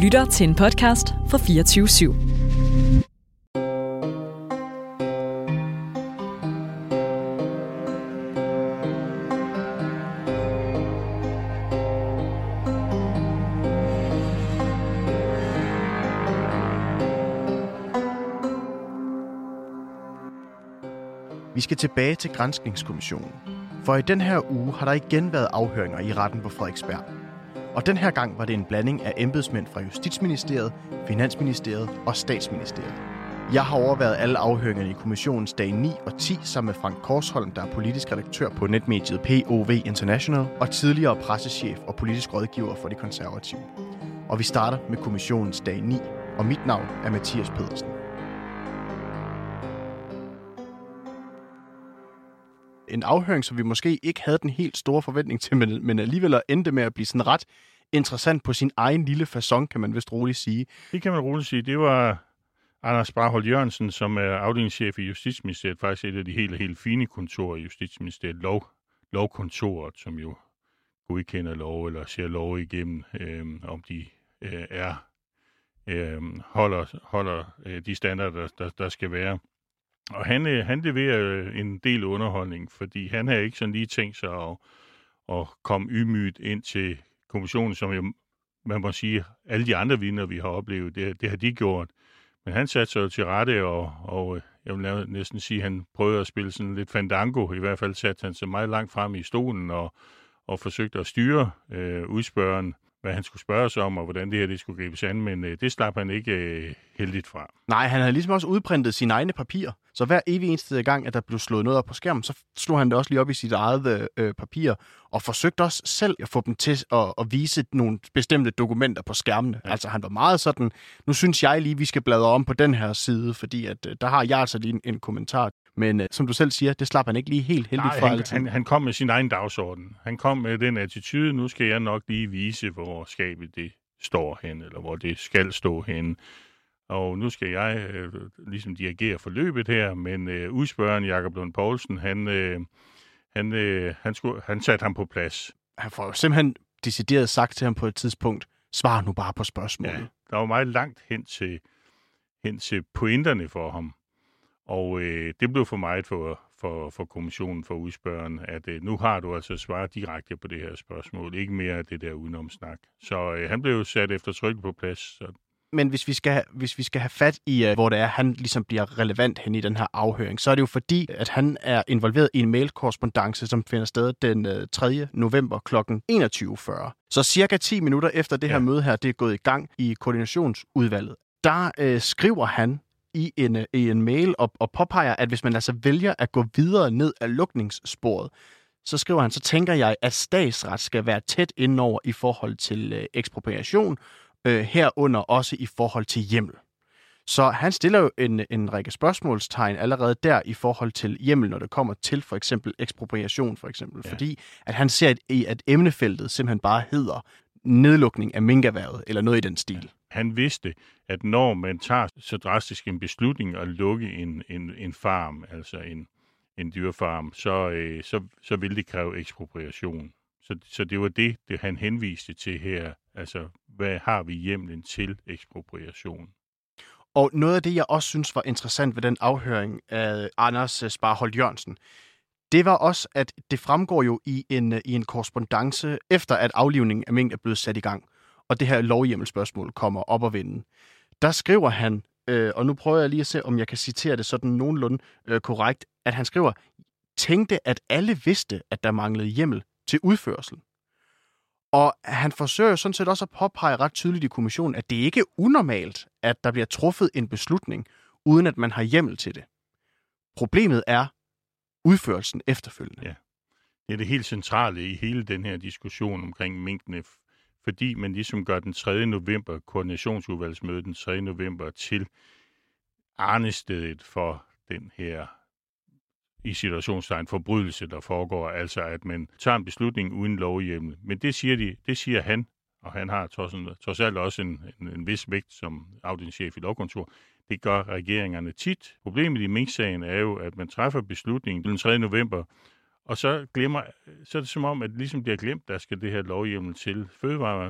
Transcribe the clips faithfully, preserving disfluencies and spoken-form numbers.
lytter til en podcast fra fireogtyve syv. Vi skal tilbage til Granskningskommissionen, for i den her uge har der igen været afhøringer i retten på Frederiksberg. Og den her gang var det en blanding af embedsmænd fra Justitsministeriet, Finansministeriet og Statsministeriet. Jeg har overværet alle afhøringerne i kommissionens dag ni og ti sammen med Frank Korsholm, der er politisk redaktør på netmediet P O V International og tidligere pressechef og politisk rådgiver for De Konservative. Og vi starter med kommissionens dag ni, og mit navn er Mathias Pedersen. En afhøring, som vi måske ikke havde den helt store forventning til, men, men alligevel endte med at blive sådan ret interessant på sin egen lille facon, kan man vist roligt sige. Det kan man roligt sige. Det var Anders Barholt Jørgensen, som er afdelingschef i Justitsministeriet, faktisk et af de helt, helt fine kontorer i Justitsministeriet, lov, lovkontoret, som jo godkender lov eller ser lov igennem, øh, om de øh, er øh, holder, holder øh, de standarder, der, der skal være. Og han, øh, han leverer en del underholdning, fordi han har ikke sådan lige tænkt sig at, at komme ymygt ind til kommissionen, som jo, man må sige, alle de andre vidner, vi har oplevet, det, det har de gjort. Men han satte sig jo til rette, og, og jeg vil næsten sige, at han prøvede at spille sådan lidt fandango. I hvert fald satte han sig meget langt frem i stolen og, og forsøgte at styre øh, udspørgen, hvad han skulle spørge sig om, og hvordan det her det skulle gribes an, men øh, det slap han ikke øh, heldigt fra. Nej, han havde ligesom også udprintet sine egne papirer, så hver evig eneste gang, at der blev slået noget op på skærmen, så slog han det også lige op i sit eget øh, papir, og forsøgte også selv at få dem til at, at vise nogle bestemte dokumenter på skærmene. Ja. Altså han var meget sådan, nu synes jeg lige, vi skal bladre om på den her side, fordi at, øh, der har jeg altså lige en, en kommentar. Men øh, som du selv siger, det slap han ikke lige helt heldigt Nej, fra han, altid. Han, han kom med sin egen dagsorden. Han kom med den attitude, nu skal jeg nok lige vise, hvor skabet det står hen, eller hvor det skal stå hen. Og nu skal jeg øh, ligesom dirigere forløbet her, men øh, udspørgeren Jakob Lund Poulsen, han, øh, han, øh, han, skulle, han satte ham på plads. Han får simpelthen decideret sagt til ham på et tidspunkt, svar nu bare på spørgsmålet. Ja, der var meget langt hen til, hen til pointerne for ham. Og øh, det blev for meget for, for, for kommissionen for udspørgeren, at øh, nu har du altså svaret direkte på det her spørgsmål. Ikke mere af det der udenomsnak. Så øh, han blev sat efter tryk på plads. Så. Men hvis vi skal have, hvis vi skal have fat i, uh, hvor det er, han ligesom bliver relevant hen i den her afhøring, så er det jo fordi, at han er involveret i en mailkorrespondance, som finder sted den uh, tredje november klokken enogtyve fyrre. Så cirka ti minutter efter det her ja. møde her, det er gået i gang i koordinationsudvalget, der uh, skriver han i en, i en mail og, og påpeger, at hvis man altså vælger at gå videre ned ad lukningssporet, så skriver han, så tænker jeg, at statsret skal være tæt indenover i forhold til øh, ekspropriation, øh, herunder også i forhold til hjemmel. Så han stiller jo en, en række spørgsmålstegn allerede der i forhold til hjemmel, når det kommer til for eksempel ekspropriation, for eksempel, ja. fordi at han ser, at, at emnefeltet simpelthen bare hedder nedlukning af minkerhvervet, eller noget i den stil. Ja. Han vidste, at når man tager så drastisk en beslutning at lukke en, en, en farm, altså en, en dyrfarm, så, øh, så, så vil det kræve ekspropriation. Så, så det var det, det, han henviste til her. Altså, hvad har vi hjemmelen til ekspropriation? Og noget af det, jeg også synes var interessant ved den afhøring af Anders Sparholt Jørgensen, det var også, at det fremgår jo i en, i en korrespondance, efter at aflivningen af mink er blevet sat i gang, og det her lovhjemmelspørgsmål kommer op og vende. Der skriver han, øh, og nu prøver jeg lige at se, om jeg kan citere det sådan nogenlunde øh, korrekt, at han skriver, tænkte, at alle vidste, at der manglede hjemmel til udførsel. Og han forsøger sådan set også at påpege ret tydeligt i kommissionen, at det ikke er unormalt, at der bliver truffet en beslutning, uden at man har hjemmel til det. Problemet er udførelsen efterfølgende. Ja, det er det helt centrale i hele den her diskussion omkring minkene, fordi man ligesom gør den tredje november, koordinationsudvalgsmødet den tredje november, til arnestedet for den her i situationstegn forbrydelse, der foregår, altså at man tager en beslutning uden lovhjemmel. Men det siger, de, det siger han, og han har trods, trods alt også en, en, en vis vægt som afdelingschef i lovkontor. Det gør regeringerne tit. Problemet i minksagen er jo, at man træffer beslutningen den tredje november, og så glemmer, så er det som om, at ligesom bliver glemt, der skal det her lovhjemmel til. Fødevare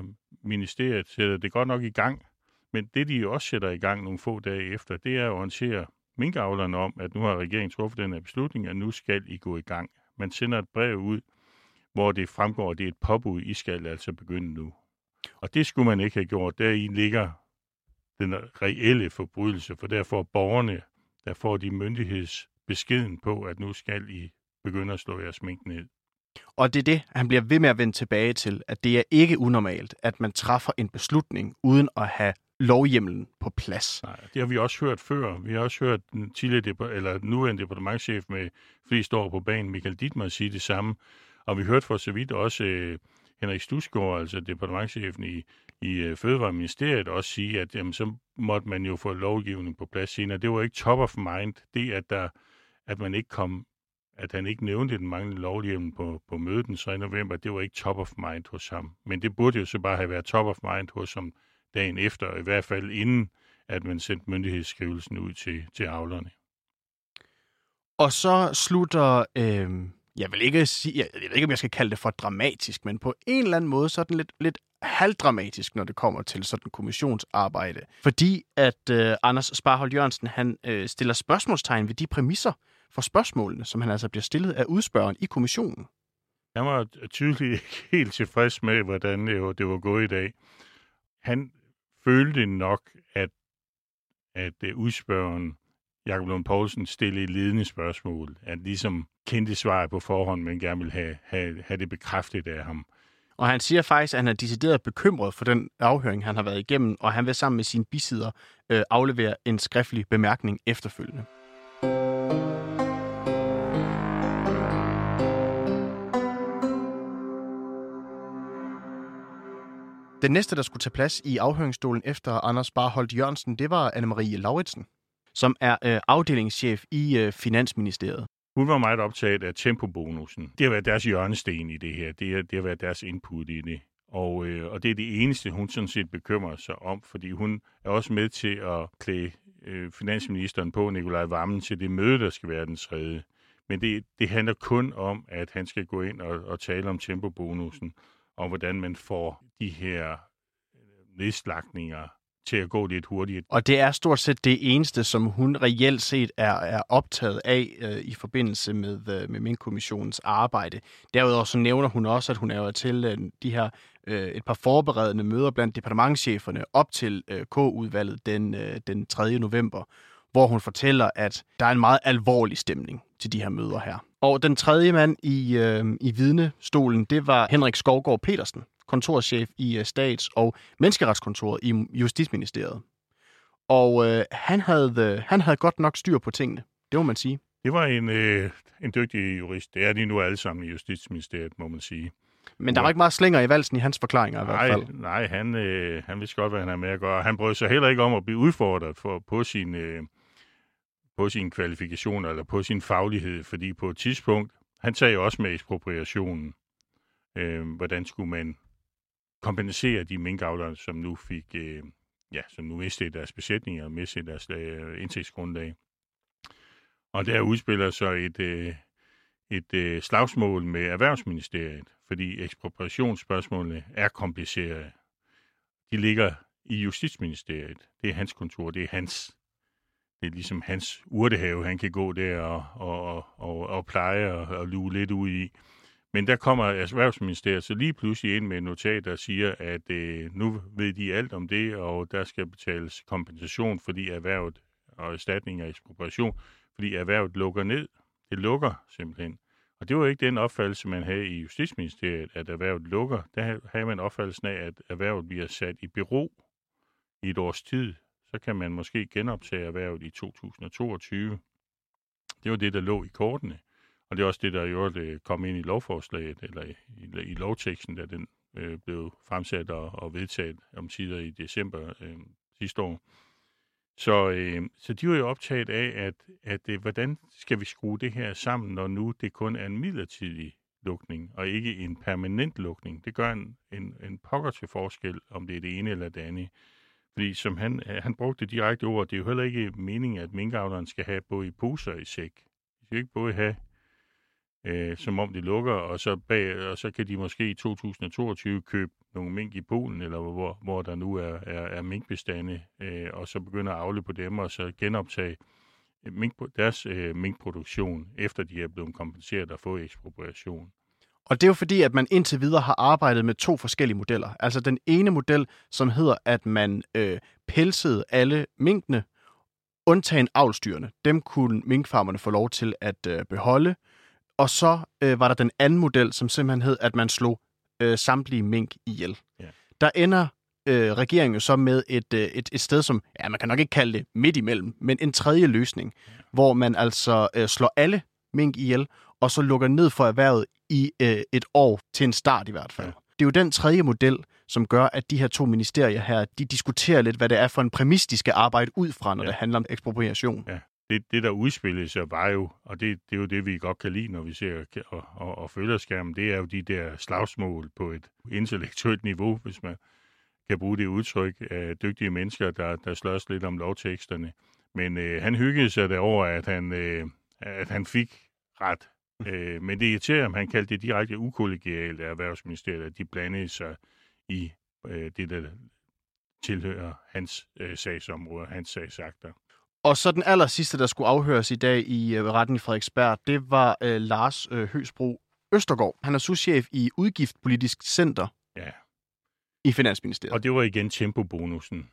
ministeriet sætter det godt nok i gang, men det, de jo også sætter i gang nogle få dage efter, det er at orientere minkavlerne om, at nu har regeringen truffet den her beslutning, at nu skal I gå i gang. Man sender et brev ud, hvor det fremgår, at det er et påbud, I skal altså begynde nu. Og det skulle man ikke have gjort. Deri ligger den reelle forbrydelse, for derfor borgerne, der får de myndighedsbeskeden på, at nu skal I begynde at slå jeres mink ned. Og det er det, han bliver ved med at vende tilbage til, at det er ikke unormalt, at man træffer en beslutning uden at have lovhjemmelen på plads. Nej, det har vi også hørt før. Vi har også hørt den tidligere, eller nuværende departementschef med flest år på banen, Michael Dittmar, sige det samme. Og vi hørte for så vidt også øh, Henrik Studsgaard, altså departementschefen i, i øh, Fødevareministeriet, også sige, at jamen, så måtte man jo få lovgivning på plads senere. Det var ikke top of mind, det at, der, at man ikke kom, at han ikke nævnte den manglende lovhjemmel på, på mødet den tredje november, det var ikke top of mind hos ham. Men det burde jo så bare have været top of mind hos ham dagen efter, og i hvert fald inden, at man sendte myndighedsskrivelsen ud til, til avlerne. Og så slutter, øh, jeg vil ikke sige, jeg, jeg ved ikke, om jeg skal kalde det for dramatisk, men på en eller anden måde, så er den lidt, lidt halvdramatisk, når det kommer til sådan en kommissionsarbejde. Fordi at øh, Anders Sparholt Jørgensen, han øh, stiller spørgsmålstegn ved de præmisser for spørgsmålene, som han altså bliver stillet af udspørgeren i kommissionen. Han var tydeligt ikke helt tilfreds med, hvordan det var, det var gået i dag. Han følte nok, at, at udspørgeren Jakob Lund Poulsen stillede ledende spørgsmål, at ligesom kendte svaret på forhånd, men gerne ville have, have, have det bekræftet af ham. Og han siger faktisk, at han er decideret bekymret for den afhøring, han har været igennem, og han vil sammen med sine bisidder øh, aflevere en skriftlig bemærkning efterfølgende. Den næste, der skulle tage plads i afhøringsstolen efter Anders Sparholt Jørgensen, det var Anne-Marie Lauritsen, som er øh, afdelingschef i øh, Finansministeriet. Hun var meget optaget af tempobonusen. Det har været deres hjørnesten i det her. Det har, det har været deres input i det. Og, øh, og det er det eneste, hun sådan set bekymrer sig om, fordi hun er også med til at klæde øh, finansministeren på, Nikolaj Wammen, til det møde, der skal være den tredje. Men det, det handler kun om, at han skal gå ind og, og tale om tempobonusen, og hvordan man får de her nedslagninger til at gå lidt hurtigt. Og det er stort set det eneste, som hun reelt set er, er optaget af øh, i forbindelse med, øh, med Minkkommissionens arbejde. Derudover så nævner hun også, at hun er til øh, de her øh, et par forberedende møder blandt departementscheferne op til øh, K-udvalget den, øh, den tredje november, hvor hun fortæller, at der er en meget alvorlig stemning til de her møder her. Og den tredje mand i, øh, i vidnestolen, det var Henrik Skovgaard Petersen, kontorchef i uh, Stats- og Menneskeretskontoret i Justitsministeriet. Og øh, han, havde, øh, han havde godt nok styr på tingene, det må man sige. Det var en, øh, en dygtig jurist. Det er de nu alle sammen i Justitsministeriet, må man sige. Men der var ikke meget slinger i valsen i hans forklaringer i nej, hvert fald. Nej, han, øh, han vidste godt, hvad han havde med at gøre. Han brød sig heller ikke om at blive udfordret for, på, sin, øh, på sine kvalifikationer eller på sin faglighed, fordi på et tidspunkt, han sagde jo også med ekspropriationen, øh, hvordan skulle man kompensere de minkavlere, som nu fik, øh, ja, som nu mistede deres besætninger og mistede deres øh, indtægtsgrundlag. Og der udspiller så et, øh, et øh, slagsmål med Erhvervsministeriet, fordi ekspropriationsspørgsmålene er komplicerede. De ligger i Justitsministeriet. Det er hans kontor, det er hans, det er ligesom hans urtehave, han kan gå der og, og, og, og pleje og, og luge lidt ud i. Men der kommer Erhvervsministeriet så lige pludselig ind med et notat, der siger, at øh, nu ved de alt om det, og der skal betales kompensation, fordi erhvervet og erstatning af ekspropriation, fordi erhvervet lukker ned. Det lukker simpelthen. Og det var ikke den opfattelse, man havde i Justitsministeriet, at erhvervet lukker. Der havde man opfattelsen af, at erhvervet bliver sat i bero i et års tid. Så kan man måske genoptage erhvervet i to tusind og toogtyve. Det var det, der lå i kortene. Og det er også det, der i øvrigt kom ind i lovforslaget, eller i, i, i lovteksten, da den øh, blev fremsat og, og vedtaget om sider i december øh, sidste år. Så, øh, så de var jo optaget af, at, at øh, hvordan skal vi skrue det her sammen, når nu det kun er en midlertidig lukning, og ikke en permanent lukning. Det gør en, en, en pokker til forskel, om det er det ene eller det andet. Fordi som han, han brugte direkte ord, det er jo heller ikke meningen, at minkavleren skal have både i poser og i sæk. De skal ikke både have Øh, som om det lukker, og så, bag, og så kan de måske i to tusind og toogtyve købe nogle mink i Polen, eller hvor, hvor der nu er, er, er minkbestande, øh, og så begynder at avle på dem, og så genoptage mink, deres øh, minkproduktion, efter de er blevet kompenseret og fået ekspropriation. Og det er jo fordi, at man indtil videre har arbejdet med to forskellige modeller. Altså den ene model, som hedder, at man øh, pelsede alle minkene, undtagen avlsdyrene. Dem kunne minkfarmerne få lov til at øh, beholde. Og så øh, var der den anden model, som simpelthen hed, at man slog øh, samtlige mink ihjel. Ja. Der ender øh, regeringen jo så med et, øh, et, et sted, som, ja, man kan nok ikke kalde det midt imellem, men en tredje løsning, ja. Hvor man altså øh, slår alle mink ihjel, og så lukker ned for erhvervet i øh, et år, til en start i hvert fald. Ja. Det er jo den tredje model, som gør, at de her to ministerier her, de diskuterer lidt, hvad det er for en præmis, de skal arbejde ud fra, når ja. Det handler om ekspropriation. Ja. Det, det, der udspillede sig, var jo, og det, det er jo det, vi godt kan lide, når vi ser og, og, og følger skærmen, det er jo de der slagsmål på et intellektuelt niveau, hvis man kan bruge det udtryk, af dygtige mennesker, der, der slås lidt om lovteksterne. Men øh, han hyggede sig derover, at han, øh, at han fik ret. Øh, men det irriterer ham, han kaldte det direkte ukollegialt af Erhvervsministeriet, at de blandede sig i øh, det, der tilhører hans øh, sagsområde, hans sagsakter. Og så den aller sidste, der skulle afhøres i dag i øh, retten i Frederiksberg, det var øh, Lars øh, Høgsbro Østergaard. Han er souschef i Udgiftspolitisk Center ja. I Finansministeriet. Og det var igen tempobonussen,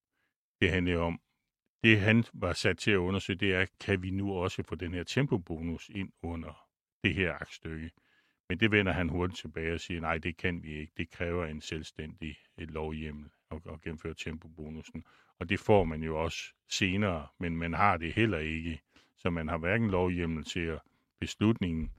det handler om. Det han var sat til at undersøge, det er, kan vi nu også få den her tempobonus ind under det her aktstykke? Men det vender han hurtigt tilbage og siger, nej, det kan vi ikke. Det kræver en selvstændig lovhjemmel at, at gennemføre tempobonussen. Og det får man jo også senere, men man har det heller ikke. Så man har hverken lovhjemmel til at beslutningen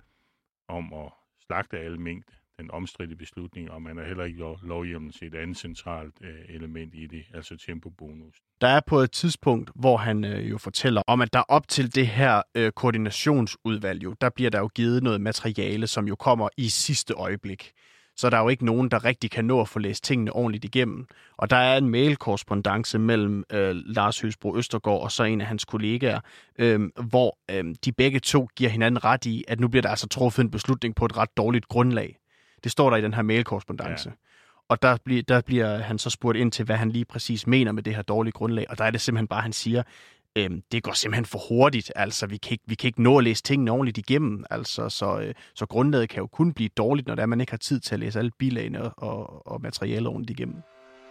om at slagte alle mink, den omstridte beslutning, og man har heller ikke lov, lovhjemmel til et andet centralt øh, element i det, altså tempobonus. Der er på et tidspunkt, hvor han øh, jo fortæller om, at der op til det her øh, koordinationsudvalg, jo, der bliver der jo givet noget materiale, som jo kommer i sidste øjeblik. Så der er jo ikke nogen, der rigtig kan nå at få læst tingene ordentligt igennem. Og der er en mailkorrespondance mellem øh, Lars Høgsbro Østergaard og så en af hans kollegaer, øh, hvor øh, de begge to giver hinanden ret i, at nu bliver der altså truffet en beslutning på et ret dårligt grundlag. Det står der i den her mailkorrespondance. Ja. Og der, bliver, der bliver han så spurgt ind til, hvad han lige præcis mener med det her dårlige grundlag. Og der er det simpelthen bare, han siger, øhm, det går simpelthen for hurtigt. Altså, vi kan, ikke, vi kan ikke nå at læse tingene ordentligt igennem. Altså, så, øh, så grundlaget kan jo kun blive dårligt, når det er, man ikke har tid til at læse alle bilagene og, og, og materialet ordentligt igennem.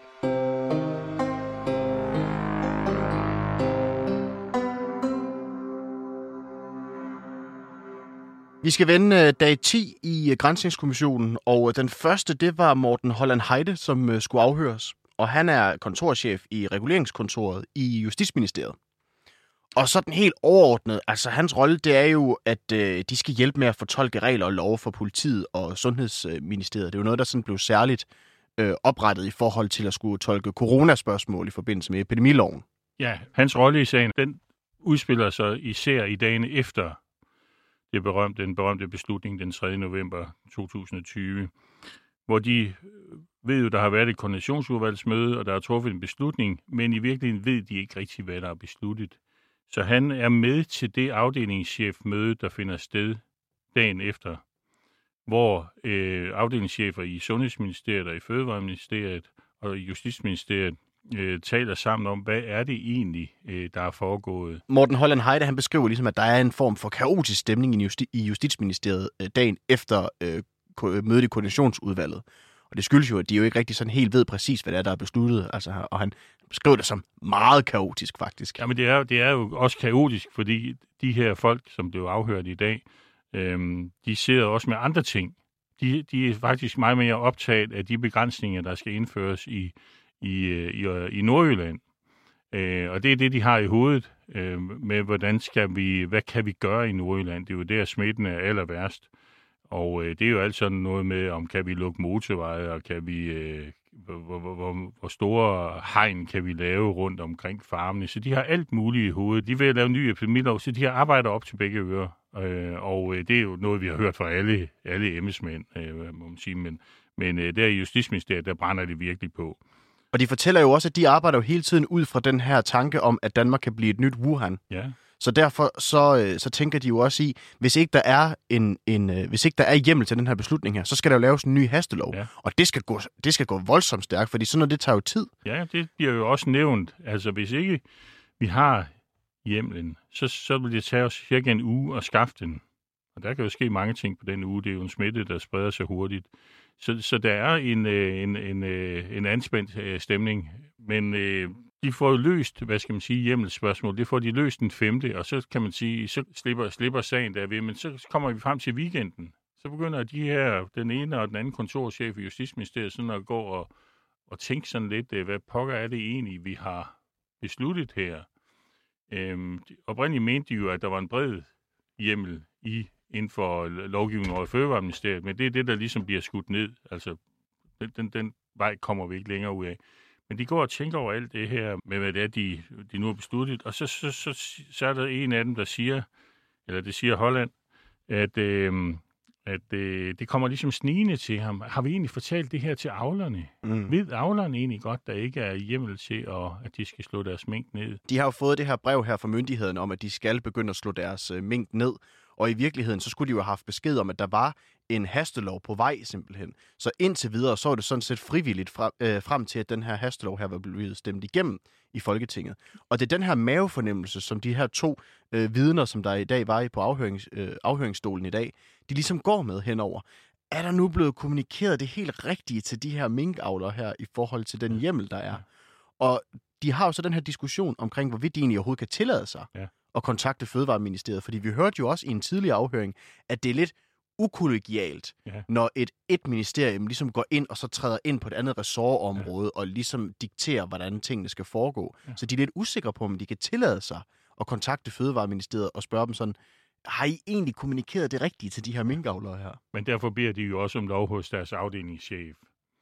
Vi skal vende dag ti i Granskningskommissionen, og den første, det var Morten Holland Heide, som skulle afhøres. Og han er kontorchef i reguleringskontoret i Justitsministeriet. Og så den helt overordnet, altså hans rolle, det er jo, at øh, de skal hjælpe med at fortolke regler og love for politiet og Sundhedsministeriet. Det er jo noget, der sådan blev særligt øh, oprettet i forhold til at skulle tolke coronaspørgsmål i forbindelse med epidemiloven. Ja, hans rolle i sagen, den udspiller sig især i dagene efter det berømte, den berømte beslutning den tredje november to tusind og tyve, hvor de ved jo, der har været et koordinationsudvalgsmøde, og der er truffet en beslutning, men i virkeligheden ved de ikke rigtig, hvad der er besluttet. Så han er med til det afdelingschefmøde, der finder sted dagen efter, hvor øh, afdelingschefer i Sundhedsministeriet og i Fødevareministeriet og i Justitsministeriet øh, taler sammen om, hvad er det egentlig, øh, der er foregået. Morten Holland Heide, han beskriver ligesom, at der er en form for kaotisk stemning i, Justi- i Justitsministeriet øh, dagen efter øh, mødet i koordinationsudvalget. Og det skyldes jo, at de jo ikke rigtig sådan helt ved præcis, hvad det er, der er besluttet. Altså, og han beskriver det som meget kaotisk, faktisk. Jamen, det er, det er jo også kaotisk, fordi de her folk, som blev afhørt i dag, øhm, de sidder også med andre ting. De, de er faktisk meget mere optaget af de begrænsninger, der skal indføres i, i, i, i Nordjylland. Øh, og det er det, de har i hovedet øh, med, hvordan skal vi, hvad kan vi gøre i Nordjylland? Det er jo der, smitten er aller værst. Og øh, det er jo alt sådan noget med, om kan vi lukke motorveje, og kan vi, øh, hvor, hvor, hvor, hvor store hegn kan vi lave rundt omkring farmene. Så de har alt muligt i hovedet. De vil lave en ny epidemilov, så de har arbejdet op til begge ører. Øh, og øh, det er jo noget, vi har hørt fra alle, alle embedsmænd, øh, må man sige. Men, men øh, der i Justitsministeriet, der brænder det virkelig på. Og de fortæller jo også, at de arbejder jo hele tiden ud fra den her tanke om, at Danmark kan blive et nyt Wuhan. Ja. Så derfor så, så tænker de jo også i, hvis ikke der er en, en hvis ikke der er hjemmel til den her beslutning her, så skal der jo laves en ny hastelov. Ja. Og det skal, gå, det skal gå voldsomt stærkt, fordi sådan noget, det tager jo tid. Ja, det bliver jo også nævnt. Altså, hvis ikke vi har hjemmelen, så, så vil det tage os cirka en uge at skaffe den. Og der kan jo ske mange ting på den uge. Det er jo en smitte, der spreder sig hurtigt. Så, så der er en, en, en, en anspændt stemning. Men øh, de får jo løst, hvad skal man sige, hjemmelsspørgsmål. Det får de løst den femte, og så kan man sige, så slipper, slipper sagen derved. Men så kommer vi frem til weekenden. Så begynder de her, den ene og den anden kontorchef i Justitsministeriet, sådan at gå og, og tænke sådan lidt, hvad pokker er det egentlig, vi har besluttet her. Øhm, oprindeligt mente de jo, at der var en bred hjemmel i inden for lovgivningen over i Fødevareministeriet, men det er det, der ligesom bliver skudt ned. Altså, den, den, den vej kommer vi ikke længere ud af. Men de går og tænker over alt det her, med hvad det er, de, de nu har besluttet, og så, så, så, så er der en af dem, der siger, eller det siger Holland, at, øh, at øh, det kommer ligesom snigende til ham. Har vi egentlig fortalt det her til avlerne? Mm. Ved avlerne egentlig godt, der ikke er hjemmel til, at, at de skal slå deres mink ned? De har jo fået det her brev her fra myndigheden om, at de skal begynde at slå deres øh, mink ned. Og i virkeligheden, så skulle de jo have haft besked om, at der var en hastelov på vej simpelthen. Så indtil videre, så var det sådan set frivilligt frem, øh, frem til, at den her hastelov her var blevet stemt igennem i Folketinget. Og det er den her mavefornemmelse, som de her to øh, vidner, som der i dag var på afhørings, øh, afhøringsstolen i dag, de ligesom går med henover. Er der nu blevet kommunikeret det helt rigtige til de her minkavlere her i forhold til den hjemmel, der er? Og de har jo så den her diskussion omkring, hvorvidt de egentlig overhovedet kan tillade sig ja. at kontakte Fødevareministeriet. Fordi vi hørte jo også i en tidligere afhøring, at det er lidt ukollegialt, ja. når et, et ministerium ligesom går ind og så træder ind på et andet ressortområde ja. og ligesom dikterer, hvordan tingene skal foregå. Ja. Så de er lidt usikre på, om de kan tillade sig at kontakte Fødevareministeriet og spørge dem sådan, har I egentlig kommunikeret det rigtige til de her minkavlere her? Men derfor beder de jo også om lov hos deres afdelingschef.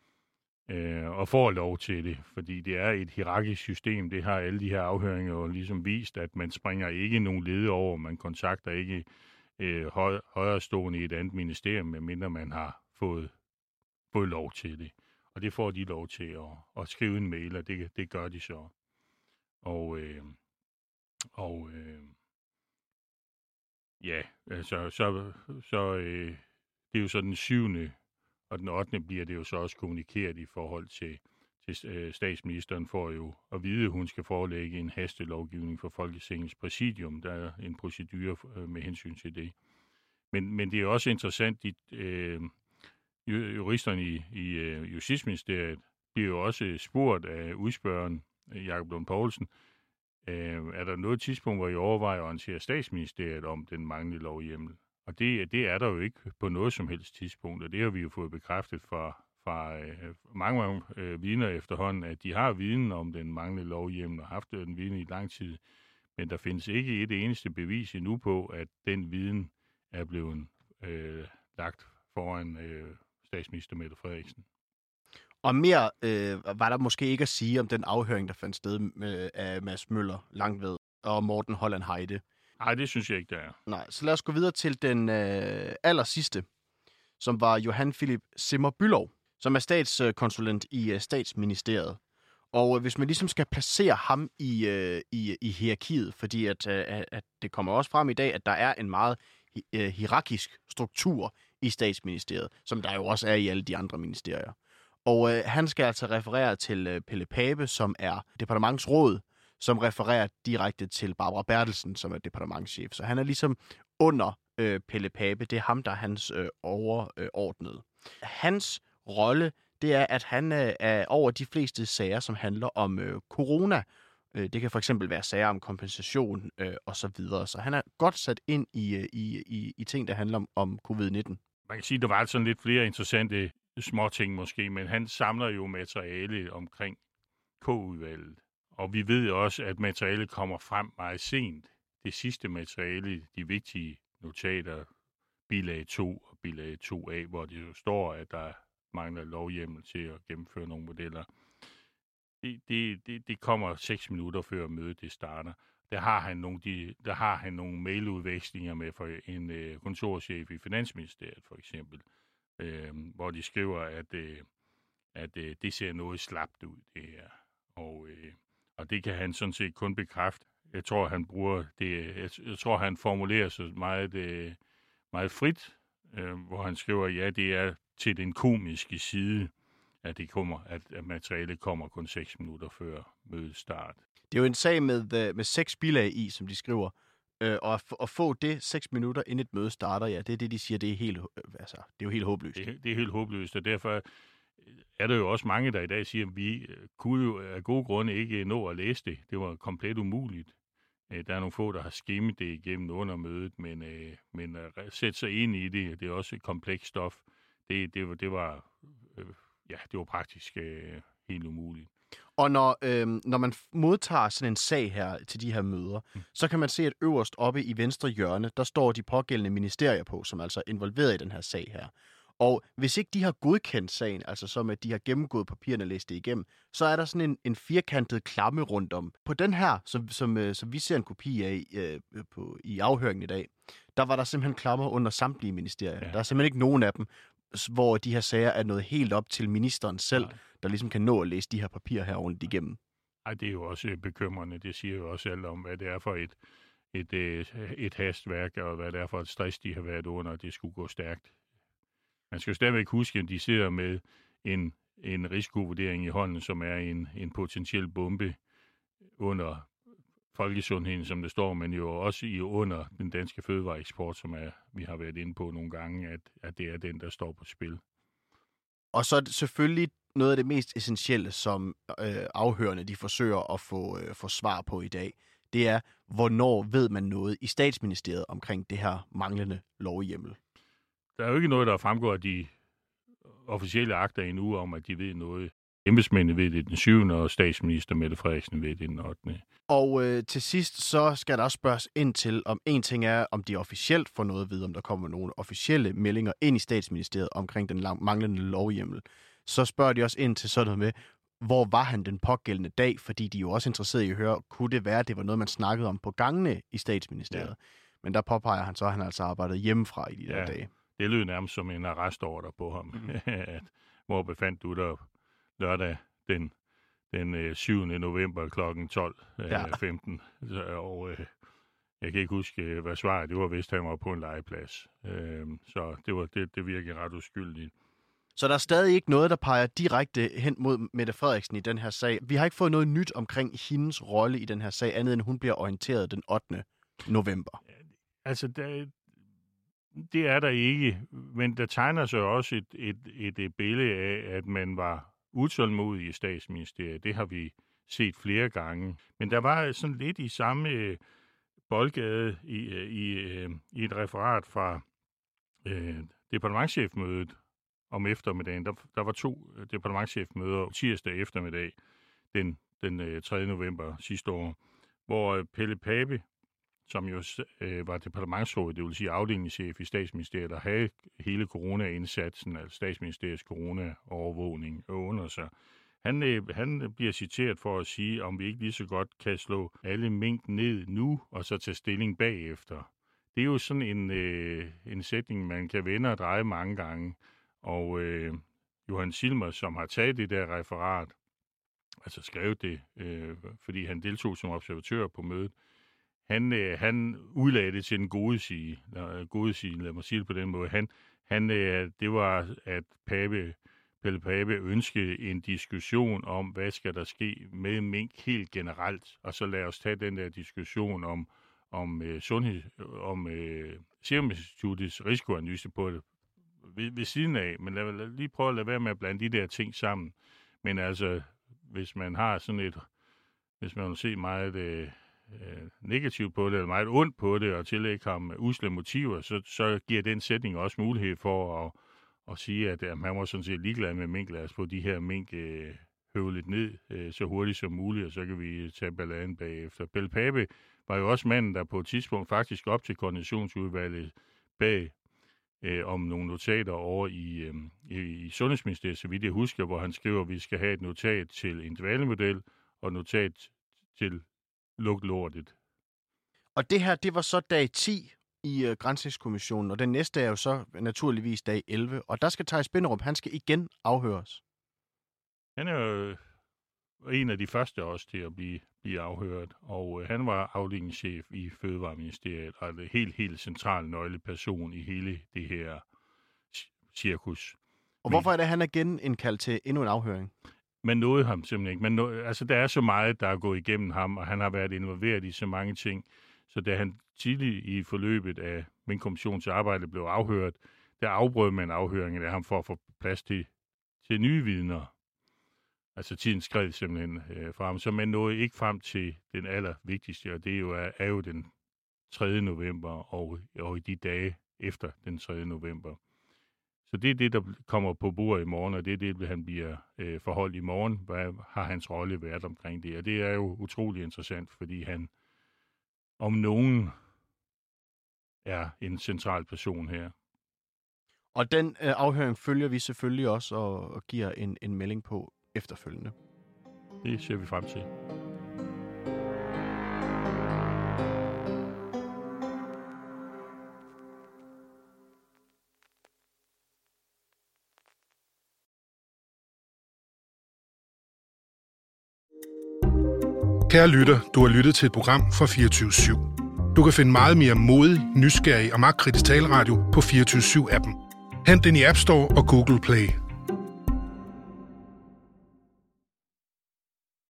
Øh, og får lov til det, fordi det er et hierarkisk system. Det har alle de her afhøringer jo ligesom vist, at man springer ikke nogen led over, man kontakter ikke øh, høj, højrestående i et andet ministerium, medmindre man har fået, fået lov til det. Og det får de lov til at, at skrive en mail, og det, det gør de så. Og, øh, og øh, ja, altså, så, så øh, det er jo så den syvende og den ottende bliver det jo så også kommunikeret i forhold til, til øh, statsministeren for jo at vide, at hun skal forelægge en hastelovgivning for Folketingets præsidium. Der er en procedure øh, med hensyn til det. Men, men det er også interessant, at øh, juristerne i, i øh, Justitsministeriet bliver jo også spurgt af udspørgeren Jakob Lund Poulsen, øh, er der noget tidspunkt, hvor I overvejer at orientere statsministeriet om den manglende lovhjemmel? Og det, det er der jo ikke på noget som helst tidspunkt, og det har vi jo fået bekræftet fra, fra øh, mange, mange øh, vidner efterhånden, at de har viden om den manglende lovhjemmel og haft den viden i lang tid. Men der findes ikke et eneste bevis endnu på, at den viden er blevet øh, lagt foran øh, statsminister Mette Frederiksen. Og mere øh, var der måske ikke at sige om den afhøring, der fandt sted med, af Mads Møller Langved og Morten Holland Heide. Nej, det synes jeg ikke, der er. Nej, så lad os gå videre til den øh, aller sidste, som var Johan Philip Simmer Bülow, som er statskonsulent i øh, Statsministeriet. Og øh, hvis man ligesom skal placere ham i, øh, i, i hierarkiet, fordi at, øh, at det kommer også frem i dag, at der er en meget øh, hierarkisk struktur i Statsministeriet, som der jo også er i alle de andre ministerier. Og øh, han skal altså referere til øh, Pelle Pape, som er departementsråd, som refererer direkte til Barbara Bertelsen, som er departementschef. Så han er ligesom under øh, Pelle Pape. Det er ham, der er hans øh, overordnede. Hans rolle, det er, at han øh, er over de fleste sager, som handler om øh, corona. Øh, det kan for eksempel være sager om kompensation øh, og så videre. Så han er godt sat ind i, øh, i, i, i ting, der handler om, om covid nitten. Man kan sige, at der var sådan lidt flere interessante småting måske, men han samler jo materiale omkring K-udvalget. Og vi ved også, at materialet kommer frem meget sent. Det sidste materiale, de vigtige notater, bilag to og bilag to A, hvor det jo står, at der mangler lovhjemmel til at gennemføre nogle modeller. Det, det, det, det kommer seks minutter før mødet det starter. Der har han nogle, de, der har han nogle mailudvekslinger med for en øh, kontorchef i Finansministeriet for eksempel, øh, hvor de skriver, at, øh, at øh, det ser noget slapt ud, det her. Og, øh, og det kan han sådan set kun bekræfte, jeg tror, han bruger det, jeg, jeg tror, han formulerer sig meget, øh, meget frit, øh, hvor han skriver, ja, det er til den komiske side, at det kommer, at, at materialet kommer kun seks minutter før mødets start. Det er jo en sag med, med seks bilag i, som de skriver. Øh, og at, at få det seks minutter, inden et møde starter, ja, det er det, de siger, det er helt, altså, det er jo helt håbløst. Det, det er helt håbløst, og derfor er der jo også mange, der i dag siger, at vi kunne jo af gode grunde ikke nå at læse det. Det var komplet umuligt. Der er nogle få, der har skimmet det igennem under mødet, men, men at sætte sig ind i det, det er også et komplekst stof. Det, det, var, det, var, ja, det var praktisk helt umuligt. Og når, øh, når man modtager sådan en sag her til de her møder, mm. så kan man se, at øverst oppe i venstre hjørne, der står de pågældende ministerier på, som altså er involveret i den her sag her. Og hvis ikke de har godkendt sagen, altså som at de har gennemgået papirerne og læst det igennem, så er der sådan en, en firkantet klamme rundt om. På den her, som, som, øh, som vi ser en kopi af øh, på, i afhøringen i dag, der var der simpelthen klammer under samtlige ministerier. Ja. Der er simpelthen ikke nogen af dem, hvor de her sager er nået helt op til ministeren selv, Nej. der ligesom kan nå at læse de her papirer her rundt igennem. Ej, det er jo også bekymrende. Det siger jo også alt om, hvad det er for et, et, et, et hastværk, og hvad det er for et stress, de har været under, og det skulle gå stærkt. Man skal jo stadigvæk huske, at de sidder med en, en risikovurdering i hånden, som er en, en potentiel bombe under folkesundheden, som det står, men jo også i under den danske fødevareeksport, som er, vi har været inde på nogle gange, at, at det er den, der står på spil. Og så er det selvfølgelig noget af det mest essentielle, som øh, afhørende de forsøger at få, øh, få svar på i dag. Det er, hvornår ved man noget i Statsministeriet omkring det her manglende lovhjemmel? Der er jo ikke noget, der fremgår af de officielle akter endnu om, at de ved noget. Embedsmændene ved det den syvende, og statsminister Mette Frederiksen ved det den ottende. Og øh, til sidst, så skal der også spørges ind til, om en ting er, om de officielt får noget at vide, om der kommer nogle officielle meldinger ind i Statsministeriet omkring den lang- manglende lovhjemmel. Så spørger de også ind til sådan noget med, hvor var han den pågældende dag, fordi de er jo også interesserede i at høre, kunne det være, at det var noget, man snakkede om på gangene i Statsministeriet. Ja. Men der påpeger han så, at han altså arbejdede hjemmefra i de ja. der dage. Det lød nærmest som en arrestordre på ham. Mm. at, hvor befandt du dig lørdag den, den syvende november klokken tolv femten. Ja. Så, og øh, jeg kan ikke huske, hvad svaret det var, hvis han var på en legeplads. Øh, så det, var, det, det virkede ret uskyldigt. Så der er stadig ikke noget, der peger direkte hen mod Mette Frederiksen i den her sag. Vi har ikke fået noget nyt omkring hendes rolle i den her sag, andet end hun bliver orienteret den ottende november. Altså, der, det er der ikke, men der tegner sig også et, et, et, et billede af, at man var utålmodig i Statsministeriet. Det har vi set flere gange. Men der var sådan lidt i samme boldgade i, i, i et referat fra øh, departementschefmødet om eftermiddagen. Der, der var to departementschefmøder tirsdag eftermiddag, den, den tredje november sidste år, hvor Pelle Pape, som jo øh, var departementsråd, det vil sige afdelingschef i Statsministeriet, der havde hele corona-indsatsen, altså Statsministeriets corona-overvågning under sig. Han, øh, han bliver citeret for at sige, om vi ikke lige så godt kan slå alle mink ned nu, og så tage stilling bagefter. Det er jo sådan en, øh, en sætning, man kan vende og dreje mange gange. Og øh, Johan Silmer, som har taget det der referat, altså skrevet det, øh, fordi han deltog som observatør på mødet, Han, øh, han udlagde det til den gode side, eller, gode side, lad mig sige det på den måde. Han, han, øh, det var, at Pape, Pelle Pape ønskede en diskussion om, hvad skal der ske med mink helt generelt, og så lad os tage den der diskussion om, om, øh, sundhed, om øh, Serum Instituttets risikoanalyse på det ved, ved siden af, men lad, lad lige prøve at lade være med at blande de der ting sammen. Men altså, hvis man har sådan et, hvis man vil se meget øh, negativt på det, eller meget ondt på det, og tillægge ham usle motiver, så, så giver den sætning også mulighed for at, at sige, at, at man var sådan set ligeglad med mink. Lad os få de her mink øh, høvlet ned øh, så hurtigt som muligt, og så kan vi tage balladen bagefter. Pelle Pape var jo også manden, der på et tidspunkt faktisk op til koordinationsudvalget bag øh, om nogle notater over i, øh, i, i Sundhedsministeriet, så vidt jeg husker, hvor han skriver, at vi skal have et notat til en dvalemodel og et notat til luk lortet. Og det her, det var så dag ti i uh, Granskningskommissionen, og den næste er jo så naturligvis dag elleve, og der skal Theis Binderup, han skal igen afhøres. Han er jo en af de første også til at blive, blive afhørt, og øh, han var afdelingschef i Fødevareministeriet, og en helt, helt central nøgleperson i hele det her cirkus. Og hvorfor er det, at han er genindkaldt til endnu en afhøring? Man nåede ham simpelthen ikke. Man nåede, altså, der er så meget, der er gået igennem ham, og han har været involveret i så mange ting. Så da han tidligt i forløbet af Minkkommissionens arbejde blev afhørt, der afbrød man afhøringen af ham for at få plads til, til nye vidner. Altså tiden skred simpelthen øh, fra ham. Så man nåede ikke frem til den allervigtigste, og det er jo, er, er jo den tredje november og, og i de dage efter den tredje november. Så det er det, der kommer på bordet i morgen, og det er det, han bliver øh, forholdt i morgen. Hvad har hans rolle været omkring det? Og det er jo utrolig interessant, fordi han om nogen er en central person her. Og den øh, afhøring følger vi selvfølgelig også og, og giver en, en melding på efterfølgende. Det ser vi frem til. Kære lytter, du har lyttet til et program fra fireogtyve syv. Du kan finde meget mere modig, nysgerrig og magtkritisk taleradio på fireogtyve syv appen. Hent den i App Store og Google Play.